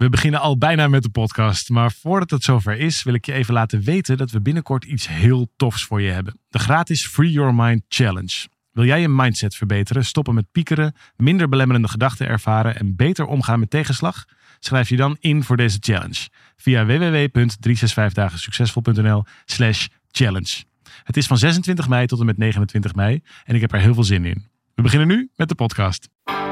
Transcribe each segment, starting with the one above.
We beginnen al bijna met de podcast, maar voordat het zover is, wil ik je even laten weten dat we binnenkort iets heel tofs voor je hebben. De gratis Free Your Mind Challenge. Wil jij je mindset verbeteren, stoppen met piekeren, minder belemmerende gedachten ervaren en beter omgaan met tegenslag? Schrijf je dan in voor deze challenge via www.365dagensuccesvol.nl/challenge. Het is van 26 mei tot en met 29 mei en ik heb er heel veel zin in. We beginnen nu met de podcast.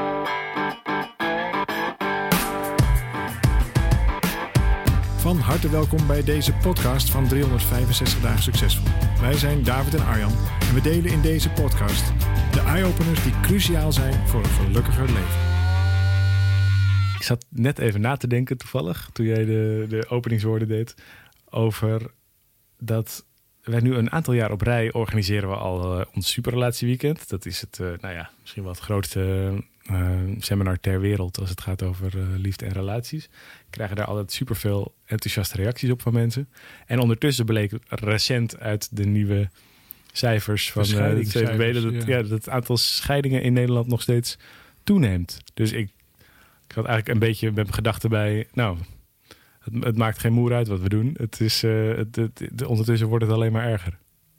Van harte welkom bij deze podcast van 365 Dagen Succesvol. Wij zijn David en Arjan en we delen in deze podcast de eye-openers die cruciaal zijn voor een gelukkiger leven. Ik zat net even na te denken toevallig, toen jij de openingswoorden deed, over dat wij nu een aantal jaar op rij organiseren we al ons superrelatieweekend. Dat is het, misschien wel het grootste seminar ter wereld als het gaat over liefde en relaties. We krijgen daar altijd superveel enthousiaste reacties op van mensen. En ondertussen bleek recent uit de nieuwe cijfers van het CVB dat het aantal scheidingen in Nederland nog steeds toeneemt. Dus ik had eigenlijk een beetje met gedachten bij, het maakt geen moer uit wat we doen. Het is, ondertussen wordt het alleen maar erger.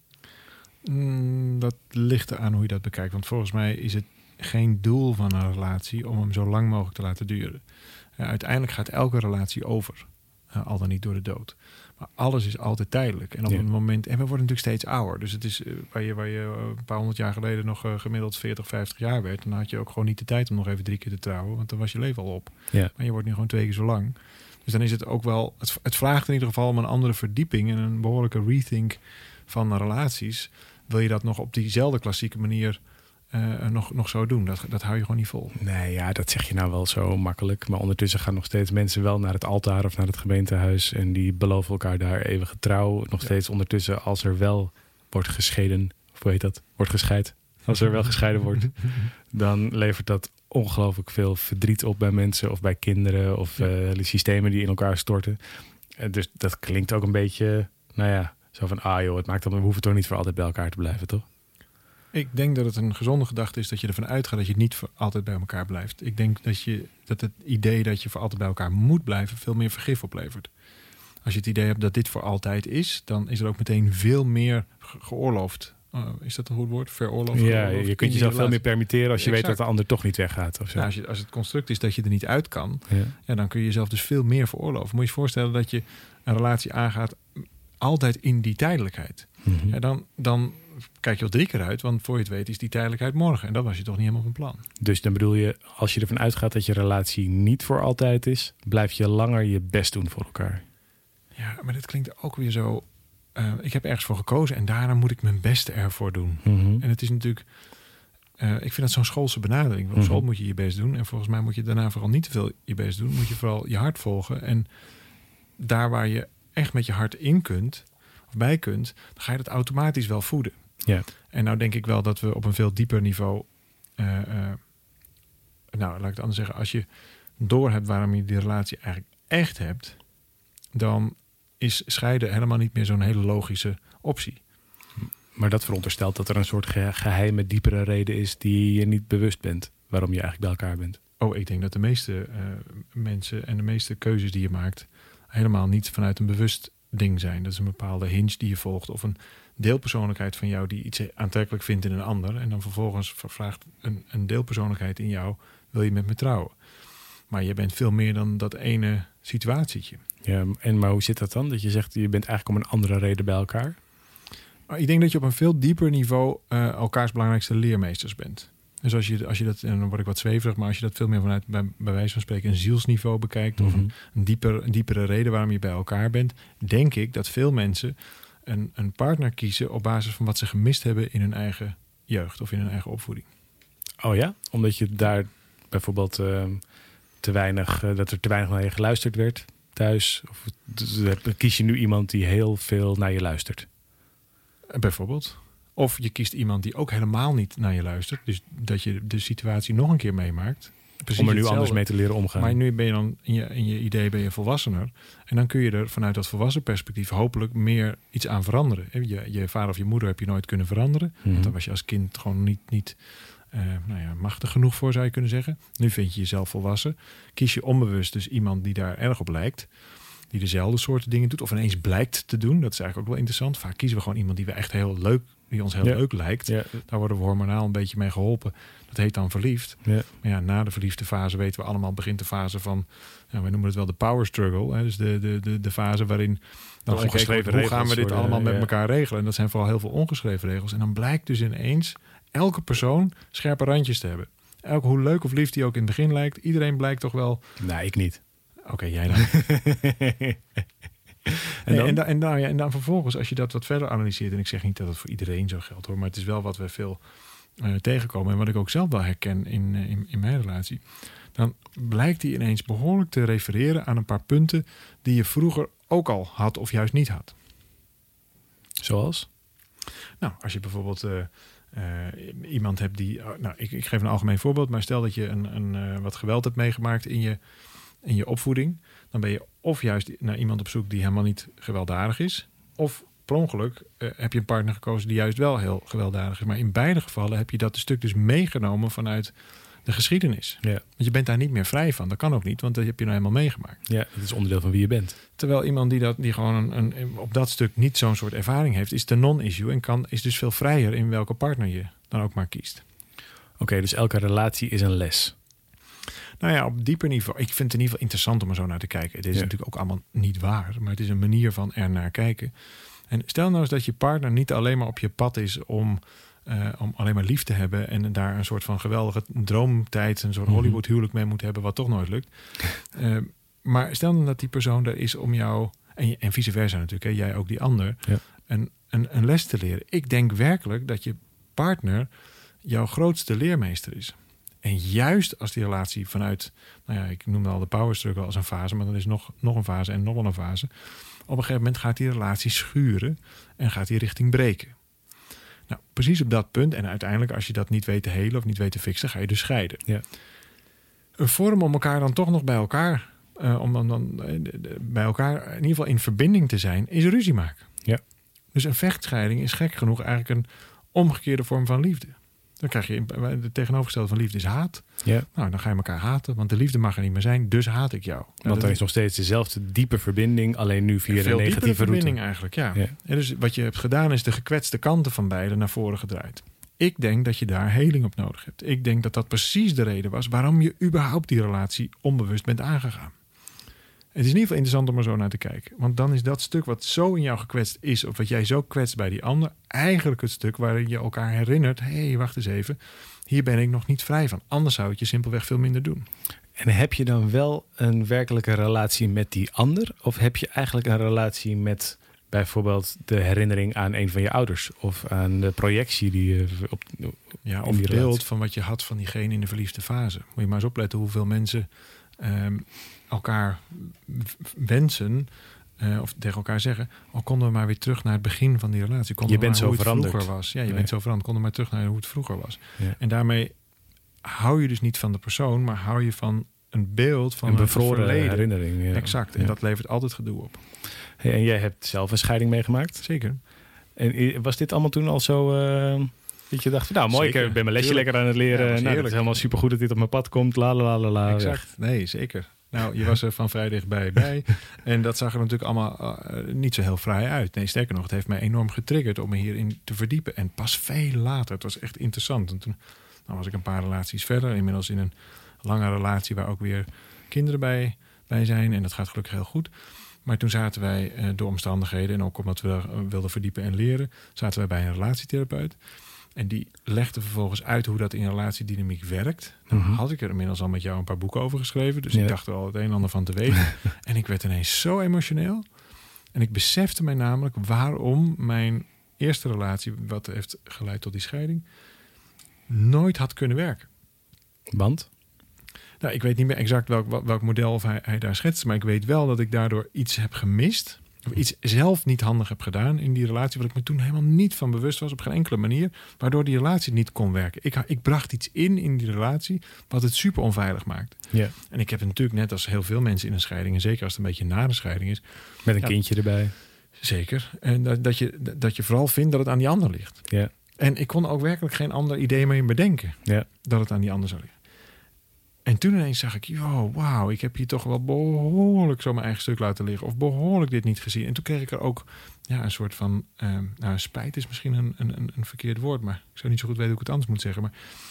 Dat ligt eraan hoe je dat bekijkt. Want volgens mij is het geen doel van een relatie om hem zo lang mogelijk te laten duren. Uiteindelijk gaat elke relatie over. Al dan niet door de dood. Maar alles is altijd tijdelijk. En op een moment. En we worden natuurlijk steeds ouder. Dus het is waar je een paar honderd jaar geleden nog gemiddeld 40, 50 jaar werd. Dan had je ook gewoon niet de tijd om nog even 3 keer te trouwen. Want dan was je leven al op. Ja. Maar je wordt nu gewoon 2 keer zo lang. Dus dan is het ook wel. Het vraagt in ieder geval om een andere verdieping en een behoorlijke rethink van relaties. Wil je dat nog op diezelfde klassieke manier nog zo doen? Dat hou je gewoon niet vol. Nee, ja, dat zeg je nou wel zo makkelijk. Maar ondertussen gaan nog steeds mensen wel naar het altaar of naar het gemeentehuis. En die beloven elkaar daar eeuwige trouw. Nog steeds ondertussen, als er wel wordt gescheiden, of hoe heet dat? Wordt gescheid. Als er wel gescheiden wordt, dan levert dat ongelooflijk veel verdriet op bij mensen of bij kinderen of systemen die in elkaar storten. Dus dat klinkt ook een beetje, zo van, het maakt dan, we hoeven toch niet voor altijd bij elkaar te blijven, toch? Ik denk dat het een gezonde gedachte is dat je ervan uitgaat dat je niet voor altijd bij elkaar blijft. Ik denk dat het idee dat je voor altijd bij elkaar moet blijven veel meer vergif oplevert. Als je het idee hebt dat dit voor altijd is, dan is er ook meteen veel meer geoorloofd. Is dat een goed woord? Veroorloofd? Ja, je kunt jezelf veel meer permitteren als je weet dat de ander toch niet weggaat. Of zo. Als het construct is dat je er niet uit kan, dan kun je jezelf dus veel meer veroorloven. Moet je je voorstellen dat je een relatie aangaat altijd in die tijdelijkheid. Mm-hmm. Ja, dan kijk je al 3 keer uit, want voor je het weet is die tijdelijkheid morgen. En dat was je toch niet helemaal van plan. Dus dan bedoel je, als je ervan uitgaat dat je relatie niet voor altijd is, blijf je langer je best doen voor elkaar. Ja, maar dit klinkt ook weer zo. Ik heb ergens voor gekozen en daarna moet ik mijn beste ervoor doen. Mm-hmm. En het is natuurlijk, ik vind dat zo'n schoolse benadering. Op school moet je je best doen en volgens mij moet je daarna vooral niet te veel je best doen. Moet je vooral je hart volgen en daar waar je echt met je hart in kunt of bij kunt, dan ga je dat automatisch wel voeden. Ja. En nou denk ik wel dat we op een veel dieper niveau, laat ik het anders zeggen, als je doorhebt waarom je die relatie eigenlijk echt hebt, dan is scheiden helemaal niet meer zo'n hele logische optie. Maar dat veronderstelt dat er een soort geheime, diepere reden is die je niet bewust bent, waarom je eigenlijk bij elkaar bent. Ik denk dat de meeste mensen en de meeste keuzes die je maakt helemaal niet vanuit een bewust ding zijn. Dat is een bepaalde hinge die je volgt of een deelpersoonlijkheid van jou die iets aantrekkelijk vindt in een ander. En dan vervolgens vraagt een deelpersoonlijkheid in jou, wil je met me trouwen? Maar je bent veel meer dan dat ene situatietje. Ja, maar hoe zit dat dan? Dat je zegt, je bent eigenlijk om een andere reden bij elkaar? Ik denk dat je op een veel dieper niveau elkaars belangrijkste leermeesters bent. Dus als je dat, en dan word ik wat zweverig, maar als je dat veel meer vanuit, bij wijze van spreken, een zielsniveau bekijkt, of een diepere reden waarom je bij elkaar bent, denk ik dat veel mensen een partner kiezen op basis van wat ze gemist hebben in hun eigen jeugd of in hun eigen opvoeding. Oh ja? Omdat je daar bijvoorbeeld dat er te weinig naar je geluisterd werd thuis? Of kies je nu iemand die heel veel naar je luistert? Bijvoorbeeld. Of je kiest iemand die ook helemaal niet naar je luistert. Dus dat je de situatie nog een keer meemaakt. Precies om er nu anders mee te leren omgaan. Maar nu ben je dan in je idee ben je volwassener. En dan kun je er vanuit dat volwassen perspectief hopelijk meer iets aan veranderen. Je vader of je moeder heb je nooit kunnen veranderen. Want dan was je als kind gewoon niet machtig genoeg voor, zou je kunnen zeggen. Nu vind je jezelf volwassen. Kies je onbewust dus iemand die daar erg op lijkt. Die dezelfde soorten dingen doet. Of ineens blijkt te doen. Dat is eigenlijk ook wel interessant. Vaak kiezen we gewoon iemand die we echt heel leuk, die ons heel leuk lijkt. Ja. Daar worden we hormonaal een beetje mee geholpen. Dat heet dan verliefd. Ja. Maar ja, na de verliefde fase weten we allemaal, begint de fase van, wij noemen het wel de power struggle. Hè? Dus de fase waarin dan ongeschreven regels, hoe gaan we dit allemaal met elkaar regelen? En dat zijn vooral heel veel ongeschreven regels. En dan blijkt dus ineens elke persoon scherpe randjes te hebben. Hoe leuk of lief die ook in het begin lijkt. Iedereen blijkt toch wel... Nee, ik niet. Oké, jij dan. En dan vervolgens, als je dat wat verder analyseert... en ik zeg niet dat het voor iedereen zo geldt, hoor... maar het is wel wat we veel tegenkomen... en wat ik ook zelf wel herken in mijn relatie... dan blijkt die ineens behoorlijk te refereren aan een paar punten... die je vroeger ook al had of juist niet had. Zoals? Nou, als je bijvoorbeeld... iemand hebt die... ik geef een algemeen voorbeeld... maar stel dat je wat geweld hebt meegemaakt in je opvoeding... dan ben je of juist naar iemand op zoek die helemaal niet gewelddadig is... of per ongeluk heb je een partner gekozen die juist wel heel gewelddadig is. Maar in beide gevallen heb je dat stuk dus meegenomen vanuit de geschiedenis. Ja. Want je bent daar niet meer vrij van. Dat kan ook niet, want dat heb je nou helemaal meegemaakt. Ja, het is onderdeel van wie je bent. Terwijl iemand die gewoon op dat stuk niet zo'n soort ervaring heeft... is de non-issue en is dus veel vrijer in welke partner je dan ook maar kiest. Oké, dus elke relatie is een les. Nou ja, op dieper niveau. Ik vind het in ieder geval interessant om er zo naar te kijken. Het is natuurlijk ook allemaal niet waar. Maar het is een manier van er naar kijken. En stel nou eens dat je partner niet alleen maar op je pad is... om alleen maar lief te hebben... en daar een soort van geweldige droomtijd... een soort Hollywood huwelijk mee moet hebben... wat toch nooit lukt. Maar stel dan dat die persoon er is om jou... en vice versa natuurlijk, hè, jij ook die ander... Ja. Een les te leren. Ik denk werkelijk dat je partner... jouw grootste leermeester is. En juist als die relatie vanuit... ik noemde al de power struggle als een fase... maar dan is nog een fase en nog wel een fase. Op een gegeven moment gaat die relatie schuren... en gaat die richting breken. Nou, precies op dat punt... en uiteindelijk als je dat niet weet te helen... of niet weet te fixen, ga je dus scheiden. Ja. Een vorm om elkaar dan toch nog bij elkaar... om dan bij elkaar in ieder geval in verbinding te zijn... is ruzie maken. Ja. Dus een vechtscheiding is gek genoeg... eigenlijk een omgekeerde vorm van liefde. Dan krijg je de tegenovergestelde van liefde is haat. Ja. Nou, dan ga je elkaar haten, want de liefde mag er niet meer zijn, dus haat ik jou. Want er is nog steeds dezelfde diepe verbinding, alleen nu via de negatieve route. Verbinding eigenlijk, ja. En dus wat je hebt gedaan is de gekwetste kanten van beide naar voren gedraaid. Ik denk dat je daar heling op nodig hebt. Ik denk dat dat precies de reden was waarom je überhaupt die relatie onbewust bent aangegaan. Het is in ieder geval interessant om er zo naar te kijken. Want dan is dat stuk wat zo in jou gekwetst is... of wat jij zo kwetst bij die ander... eigenlijk het stuk waarin je elkaar herinnert... hé, wacht eens even, hier ben ik nog niet vrij van. Anders zou het je simpelweg veel minder doen. En heb je dan wel een werkelijke relatie met die ander? Of heb je eigenlijk een relatie met bijvoorbeeld de herinnering aan een van je ouders? Of aan de projectie die je op of het beeld van wat je had van diegene in de verliefde fase. Moet je maar eens opletten hoeveel mensen... elkaar wensen of tegen elkaar zeggen... konden we maar weer terug naar het begin van die relatie. Je bent zo veranderd. Vroeger was. Ja, je bent zo veranderd. Konden we maar terug naar hoe het vroeger was. Ja. En daarmee hou je dus niet van de persoon... maar hou je van een beeld van een bevroren herinnering. Ja. Exact. En dat levert altijd gedoe op. Hey, en jij hebt zelf een scheiding meegemaakt? Zeker. En was dit allemaal toen al zo... dat je dacht, nou mooi, zeker. Ik ben mijn lesje lekker aan het leren. Ja, het is helemaal supergoed dat dit op mijn pad komt. La. Exact. Nee, zeker. Nou, je was er van vrij dichtbij bij. En dat zag er natuurlijk allemaal niet zo heel fraai uit. Nee, sterker nog, het heeft mij enorm getriggerd om me hierin te verdiepen. En pas veel later, het was echt interessant. En toen was ik een paar relaties verder. Inmiddels in een lange relatie waar ook weer kinderen bij zijn. En dat gaat gelukkig heel goed. Maar toen zaten wij door omstandigheden... en ook omdat we wilden verdiepen en leren... zaten wij bij een relatietherapeut... En die legde vervolgens uit hoe dat in relatiedynamiek werkt. Dan had ik er inmiddels al met jou een paar boeken over geschreven. Dus ik dacht er al het een en ander van te weten. En ik werd ineens zo emotioneel. En ik besefte mij namelijk waarom mijn eerste relatie... wat heeft geleid tot die scheiding... nooit had kunnen werken. Want? Nou, ik weet niet meer exact welk model of hij daar schetst. Maar ik weet wel dat ik daardoor iets heb gemist... of iets zelf niet handig heb gedaan in die relatie... wat ik me toen helemaal niet van bewust was op geen enkele manier... waardoor die relatie niet kon werken. Ik bracht iets in die relatie wat het super onveilig maakte. Ja. En ik heb het natuurlijk net als heel veel mensen in een scheiding... en zeker als het een beetje na de scheiding is... Met een kindje erbij. Zeker. En dat je vooral vindt dat het aan die ander ligt. Ja. En ik kon ook werkelijk geen ander idee meer bedenken. Ja. Dat het aan die ander zou liggen. En toen ineens zag ik, wauw, ik heb hier toch wel behoorlijk zo mijn eigen stuk laten liggen. Of behoorlijk dit niet gezien. En toen kreeg ik er ook een soort van... spijt is misschien een verkeerd woord. Maar ik zou niet zo goed weten hoe ik het anders moet zeggen. Maar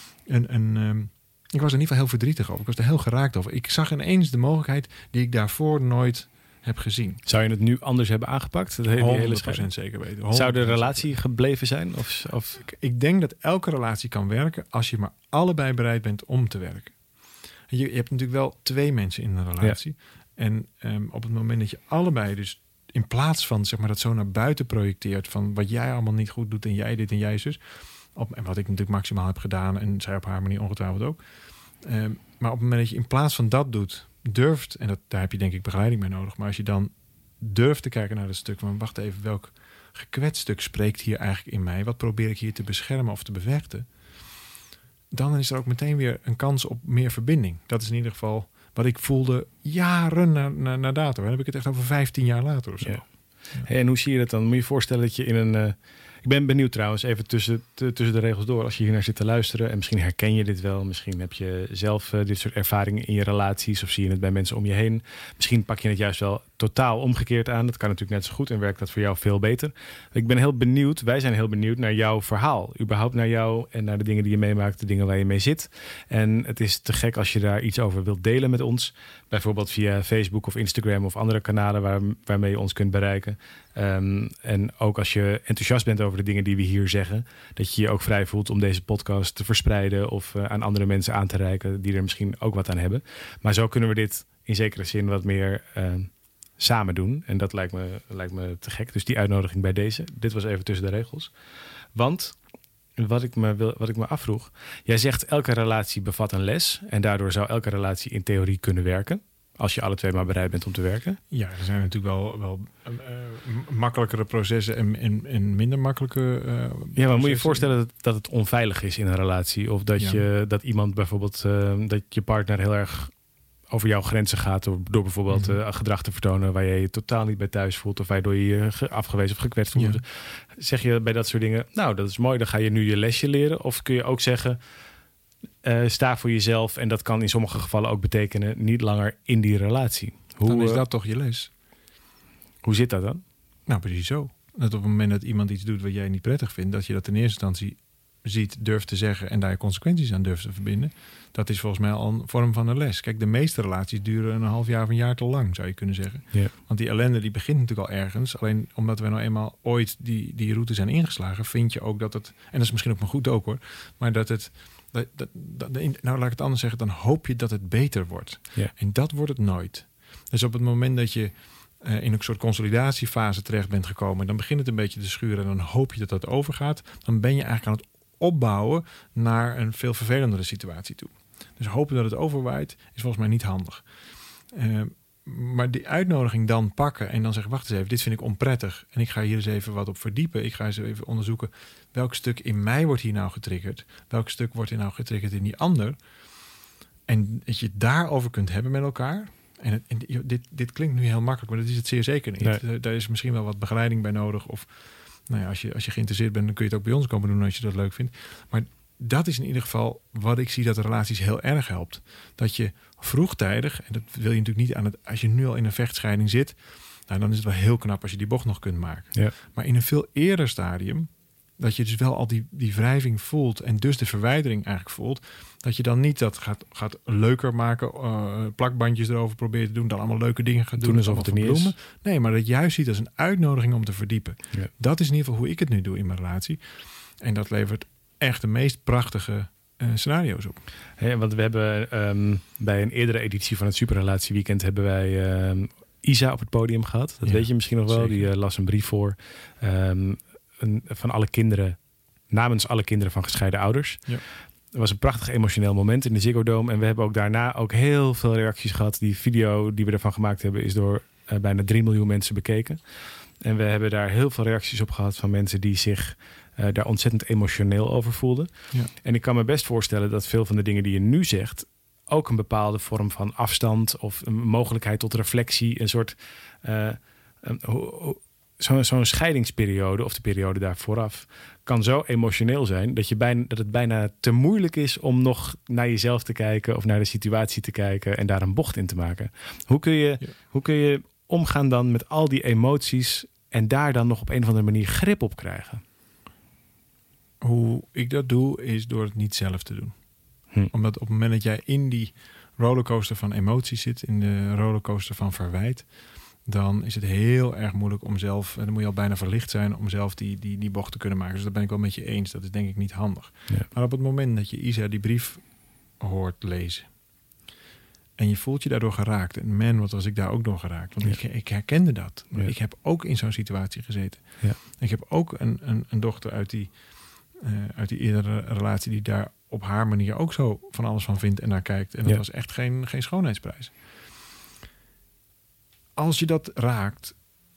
ik was er in ieder geval heel verdrietig over. Ik was er heel geraakt over. Ik zag ineens de mogelijkheid die ik daarvoor nooit heb gezien. Zou je het nu anders hebben aangepakt? Dat 100% zeker weten. 100% zou de relatie gebleven zijn? Of? Ik denk dat elke relatie kan werken als je maar allebei bereid bent om te werken. Je hebt natuurlijk wel 2 mensen in een relatie. Ja. En op het moment dat je allebei dus in plaats van zeg maar dat zo naar buiten projecteert van wat jij allemaal niet goed doet en jij dit en jij zus. En wat ik natuurlijk maximaal heb gedaan en zij op haar manier ongetwijfeld ook. Maar op het moment dat je in plaats van dat doet, durft, en daar heb je denk ik begeleiding bij nodig. Maar als je dan durft te kijken naar dat stuk van wacht even, welk gekwetst stuk spreekt hier eigenlijk in mij? Wat probeer ik hier te beschermen of te bevechten? Dan is er ook meteen weer een kans op meer verbinding. Dat is in ieder geval wat ik voelde jaren na dato. Dan heb ik het echt over 15 jaar later of zo. Ja. Hey, en hoe zie je dat dan? Moet je voorstellen dat je in een... Ik ben benieuwd trouwens, even tussen de regels door. Als je hier naar zit te luisteren en misschien herken je dit wel. Misschien heb je zelf dit soort ervaringen in je relaties. Of zie je het bij mensen om je heen. Misschien pak je het juist wel totaal omgekeerd aan. Dat kan natuurlijk net zo goed en werkt dat voor jou veel beter. Ik ben heel benieuwd, wij zijn heel benieuwd naar jouw verhaal. Überhaupt naar jou en naar de dingen die je meemaakt. De dingen waar je mee zit. En het is te gek als je daar iets over wilt delen met ons. Bijvoorbeeld via Facebook of Instagram of andere kanalen waarmee je ons kunt bereiken. En ook als je enthousiast bent over de dingen die we hier zeggen, dat je je ook vrij voelt om deze podcast te verspreiden of aan andere mensen aan te reiken die er misschien ook wat aan hebben. Maar zo kunnen we dit in zekere zin wat meer samen doen. En dat lijkt me te gek. Dus die uitnodiging bij deze. Dit was even tussen de regels. Want wat ik me afvroeg, jij zegt elke relatie bevat een les en daardoor zou elke relatie in theorie kunnen werken. Als je alle 2 maar bereid bent om te werken. Ja, er zijn natuurlijk wel makkelijkere processen en minder makkelijke ja, maar moet je je voorstellen dat het onveilig is in een relatie? Of dat iemand bijvoorbeeld, dat je partner heel erg over jouw grenzen gaat door bijvoorbeeld gedrag te vertonen waar je je totaal niet bij thuis voelt of waardoor je je afgewezen of gekwetst voelt. Ja. Zeg je bij dat soort dingen, nou dat is mooi, dan ga je nu je lesje leren? Of kun je ook zeggen, sta voor jezelf en dat kan in sommige gevallen ook betekenen niet langer in die relatie. Dan is dat toch je les? Hoe zit dat dan? Nou, precies zo. Dat op het moment dat iemand iets doet wat jij niet prettig vindt, dat je dat in eerste instantie ziet, durft te zeggen en daar je consequenties aan durft te verbinden. Dat is volgens mij al een vorm van een les. Kijk, de meeste relaties duren een half jaar of een jaar te lang, zou je kunnen zeggen. Ja. Want die ellende die begint natuurlijk al ergens. Alleen omdat we nou eenmaal ooit die route zijn ingeslagen, vind je ook dat het, en dat is misschien ook maar goed ook hoor, maar dat het, nou laat ik het anders zeggen, dan hoop je dat het beter wordt. Ja. En dat wordt het nooit. Dus op het moment dat je in een soort consolidatiefase terecht bent gekomen, dan begint het een beetje te schuren en dan hoop je dat dat overgaat. Dan ben je eigenlijk aan het opbouwen naar een veel vervelendere situatie toe. Dus hopen dat het overwaait is volgens mij niet handig. Maar die uitnodiging dan pakken en dan zeggen, wacht eens even, dit vind ik onprettig en ik ga hier eens even wat op verdiepen. Ik ga eens even onderzoeken welk stuk in mij wordt hier nou getriggerd. Welk stuk wordt hier nou getriggerd in die ander. En dat je het daarover kunt hebben met elkaar. En dit klinkt nu heel makkelijk, maar dat is het zeer zeker niet. Nee. Daar is misschien wel wat begeleiding bij nodig. Of nou ja, als je geïnteresseerd bent, dan kun je het ook bij ons komen doen als je dat leuk vindt. Maar dat is in ieder geval wat ik zie dat de relaties heel erg helpt. Dat je vroegtijdig, en dat wil je natuurlijk niet als je nu al in een vechtscheiding zit, nou, dan is het wel heel knap als je die bocht nog kunt maken. Ja. Maar in een veel eerder stadium, dat je dus wel al die wrijving voelt en dus de verwijdering eigenlijk voelt, dat je dan niet dat gaat leuker maken, plakbandjes erover probeert te doen, dan allemaal leuke dingen gaat doen alsof het er niet is. Nee, maar dat juist ziet als een uitnodiging om te verdiepen. Ja. Dat is in ieder geval hoe ik het nu doe in mijn relatie. En dat levert echt de meest prachtige scenario's op. Ja, want we hebben bij een eerdere editie van het Superrelatieweekend hebben wij Isa op het podium gehad. Dat weet je misschien nog wel. Zeker. Die las een brief voor van alle kinderen, namens alle kinderen van gescheiden ouders. Ja. Het was een prachtig emotioneel moment in de Ziggo Dome. En we hebben ook daarna ook heel veel reacties gehad. Die video die we ervan gemaakt hebben is door bijna 3 miljoen mensen bekeken. En we hebben daar heel veel reacties op gehad van mensen die zich daar ontzettend emotioneel over voelden. Ja. En ik kan me best voorstellen dat veel van de dingen die je nu zegt ook een bepaalde vorm van afstand of een mogelijkheid tot reflectie, een soort zo'n scheidingsperiode of de periode daar vooraf kan zo emotioneel zijn dat het bijna te moeilijk is om nog naar jezelf te kijken of naar de situatie te kijken en daar een bocht in te maken. Hoe kun je omgaan dan met al die emoties en daar dan nog op een of andere manier grip op krijgen? Hoe ik dat doe is door het niet zelf te doen. Omdat op het moment dat jij in die rollercoaster van emoties zit, in de rollercoaster van verwijt, dan is het heel erg moeilijk om zelf, en dan moet je al bijna verlicht zijn om zelf die bocht te kunnen maken. Dus dat ben ik wel met je eens. Dat is denk ik niet handig. Ja. Maar op het moment dat je Isa die brief hoort lezen en je voelt je daardoor geraakt, en man, wat was ik daar ook door geraakt. Want ik herkende dat. Ja. Ik heb ook in zo'n situatie gezeten. Ja. Ik heb ook een dochter uit die eerdere relatie die daar op haar manier ook zo van alles van vindt en naar kijkt. En dat was echt geen schoonheidsprijs. Als je dat raakt,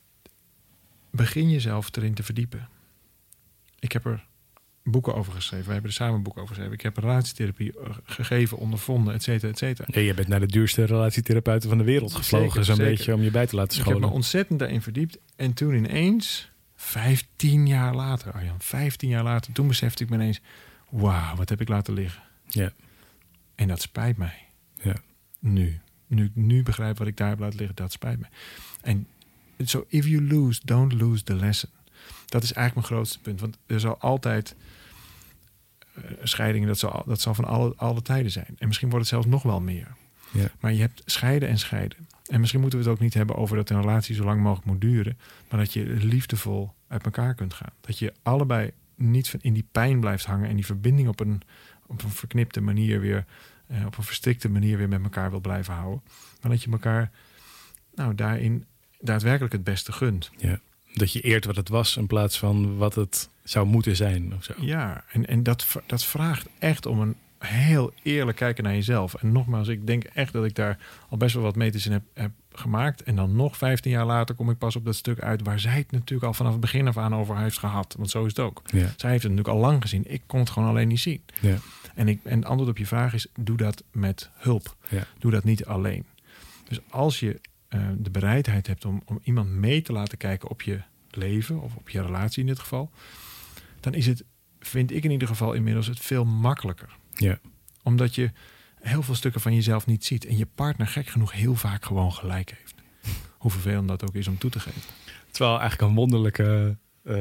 begin jezelf erin te verdiepen. Ik heb er boeken over geschreven. We hebben er samen boeken over geschreven. Ik heb relatietherapie gegeven, ondervonden, et cetera, et cetera. Ja, je bent naar de duurste relatietherapeuten van de wereld gevlogen, zo'n beetje om je bij te laten scholen. Ik heb me ontzettend daarin verdiept. En toen ineens, 15 jaar later, Arjan, 15 jaar later, toen besefte ik me ineens, wauw, wat heb ik laten liggen. Ja. En dat spijt mij. Ja. Nu ik nu begrijp wat ik daar heb laten liggen, dat spijt me. En so if you lose, don't lose the lesson. Dat is eigenlijk mijn grootste punt. Want er zal altijd scheidingen, dat zal van alle tijden zijn. En misschien wordt het zelfs nog wel meer. Ja. Maar je hebt scheiden en scheiden. En misschien moeten we het ook niet hebben over dat een relatie zo lang mogelijk moet duren. Maar dat je liefdevol uit elkaar kunt gaan. Dat je allebei niet in die pijn blijft hangen. En die verbinding op een verknipte manier weer, op een verstrikte manier weer met elkaar wil blijven houden. Maar dat je elkaar daarin daadwerkelijk het beste gunt. Ja. Dat je eert wat het was in plaats van wat het zou moeten zijn. Of zo. Ja, en dat vraagt echt om een heel eerlijk kijken naar jezelf. En nogmaals, ik denk echt dat ik daar al best wel wat meters in heb gemaakt. En dan nog 15 jaar later kom ik pas op dat stuk uit waar zij het natuurlijk al vanaf het begin af aan over heeft gehad. Want zo is het ook. Ja. Zij heeft het natuurlijk al lang gezien. Ik kon het gewoon alleen niet zien. Ja. En het antwoord op je vraag is, doe dat met hulp. Ja. Doe dat niet alleen. Dus als je de bereidheid hebt om iemand mee te laten kijken op je leven, of op je relatie in dit geval, dan is het, vind ik in ieder geval inmiddels, het veel makkelijker. Ja. Omdat je heel veel stukken van jezelf niet ziet en je partner gek genoeg heel vaak gewoon gelijk heeft. Hoe vervelend dat ook is om toe te geven. Terwijl eigenlijk een wonderlijke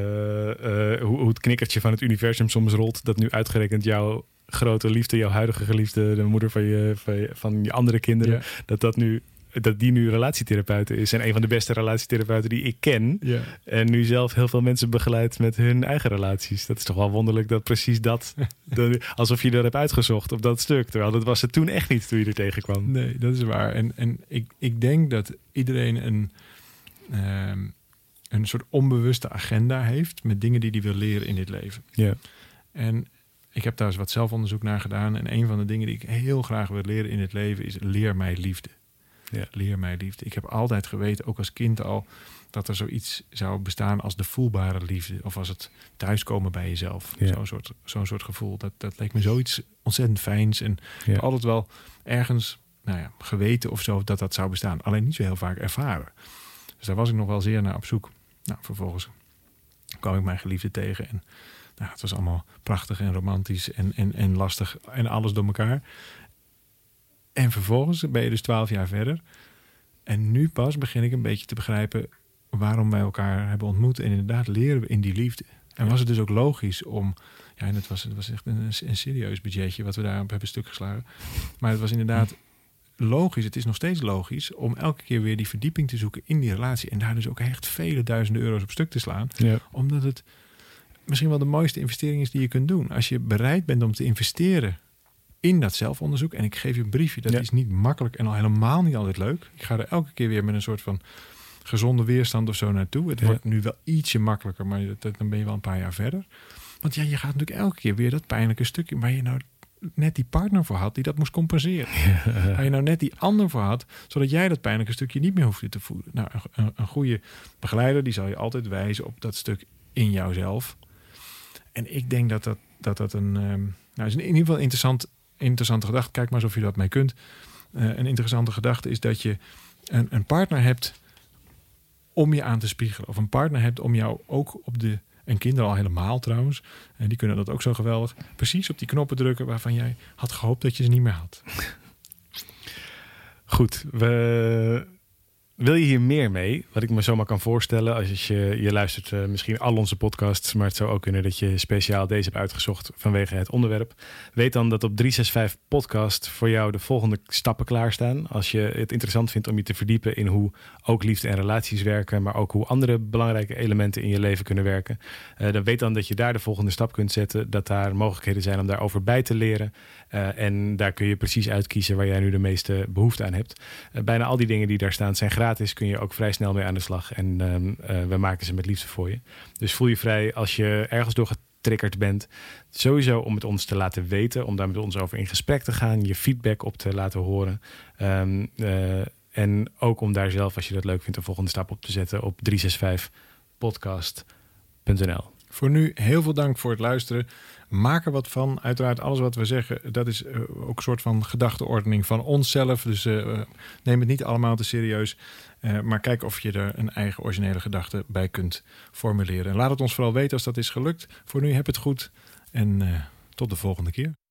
hoe het knikkertje van het universum soms rolt, dat nu uitgerekend jouw grote liefde, jouw huidige geliefde, de moeder van je andere kinderen, dat die nu relatietherapeute is. En een van de beste relatietherapeuten die ik ken. Ja. En nu zelf heel veel mensen begeleidt met hun eigen relaties. Dat is toch wel wonderlijk dat precies dat alsof je dat hebt uitgezocht op dat stuk. Terwijl dat was het toen echt niet toen je er tegenkwam. Nee, dat is waar. En ik denk dat iedereen een soort onbewuste agenda heeft met dingen die hij wil leren in dit leven. Ja. En ik heb daar eens wat zelfonderzoek naar gedaan. En een van de dingen die ik heel graag wil leren in het leven is leer mij liefde. Ja. Leer mij liefde. Ik heb altijd geweten, ook als kind al, dat er zoiets zou bestaan als de voelbare liefde. Of als het thuiskomen bij jezelf. Ja. Zo'n soort gevoel. Dat leek me zoiets ontzettend fijns. En ik heb altijd wel ergens geweten of zo dat zou bestaan. Alleen niet zo heel vaak ervaren. Dus daar was ik nog wel zeer naar op zoek. Nou, vervolgens kwam ik mijn geliefde tegen. En het was allemaal prachtig en romantisch en lastig. En alles door elkaar. En vervolgens ben je dus 12 jaar verder. En nu pas begin ik een beetje te begrijpen waarom wij elkaar hebben ontmoet. En inderdaad leren we in die liefde. En was het dus ook logisch om... Ja, en het was echt een serieus budgetje wat we daarop hebben stuk geslagen. Maar het was inderdaad logisch. Het is nog steeds logisch om elke keer weer die verdieping te zoeken in die relatie. En daar dus ook echt vele duizenden euro's op stuk te slaan. Ja. Omdat het misschien wel de mooiste investering is die je kunt doen. Als je bereid bent om te investeren in dat zelfonderzoek. En ik geef je een briefje. Dat is niet makkelijk en al helemaal niet altijd leuk. Ik ga er elke keer weer met een soort van gezonde weerstand of zo naartoe. Het wordt nu wel ietsje makkelijker, maar dan ben je wel een paar jaar verder. Want je gaat natuurlijk elke keer weer dat pijnlijke stukje waar je nou net die partner voor had die dat moest compenseren. Ja. Waar je nou net die ander voor had, zodat jij dat pijnlijke stukje niet meer hoefde te voelen. Nou, een goede begeleider die zal je altijd wijzen op dat stuk in jouzelf. En ik denk dat een is in ieder geval interessante gedachte. Kijk maar of je dat mee kunt. Een interessante gedachte is dat je een partner hebt om je aan te spiegelen. Of een partner hebt om jou ook en kinderen al helemaal trouwens. En die kunnen dat ook zo geweldig. Precies op die knoppen drukken waarvan jij had gehoopt dat je ze niet meer had. Goed, wil je hier meer mee? Wat ik me zomaar kan voorstellen, als je luistert misschien al onze podcasts, maar het zou ook kunnen dat je speciaal deze hebt uitgezocht vanwege het onderwerp. Weet dan dat op 365 Podcast voor jou de volgende stappen klaarstaan. Als je het interessant vindt om je te verdiepen in hoe ook liefde en relaties werken, maar ook hoe andere belangrijke elementen in je leven kunnen werken. Dan weet dan dat je daar de volgende stap kunt zetten, dat daar mogelijkheden zijn om daarover bij te leren. En daar kun je precies uitkiezen waar jij nu de meeste behoefte aan hebt. Bijna al die dingen die daar staan zijn gratis, kun je ook vrij snel mee aan de slag. En we maken ze met liefde voor je. Dus voel je vrij als je ergens door getriggerd bent. Sowieso om het ons te laten weten, om daar met ons over in gesprek te gaan, je feedback op te laten horen. En ook om daar zelf, als je dat leuk vindt, de volgende stap op te zetten op 365podcast.nl. Voor nu heel veel dank voor het luisteren. Maak er wat van. Uiteraard alles wat we zeggen, dat is ook een soort van gedachteordening van onszelf. Dus neem het niet allemaal te serieus. Maar kijk of je er een eigen originele gedachte bij kunt formuleren. En laat het ons vooral weten als dat is gelukt. Voor nu heb het goed en tot de volgende keer.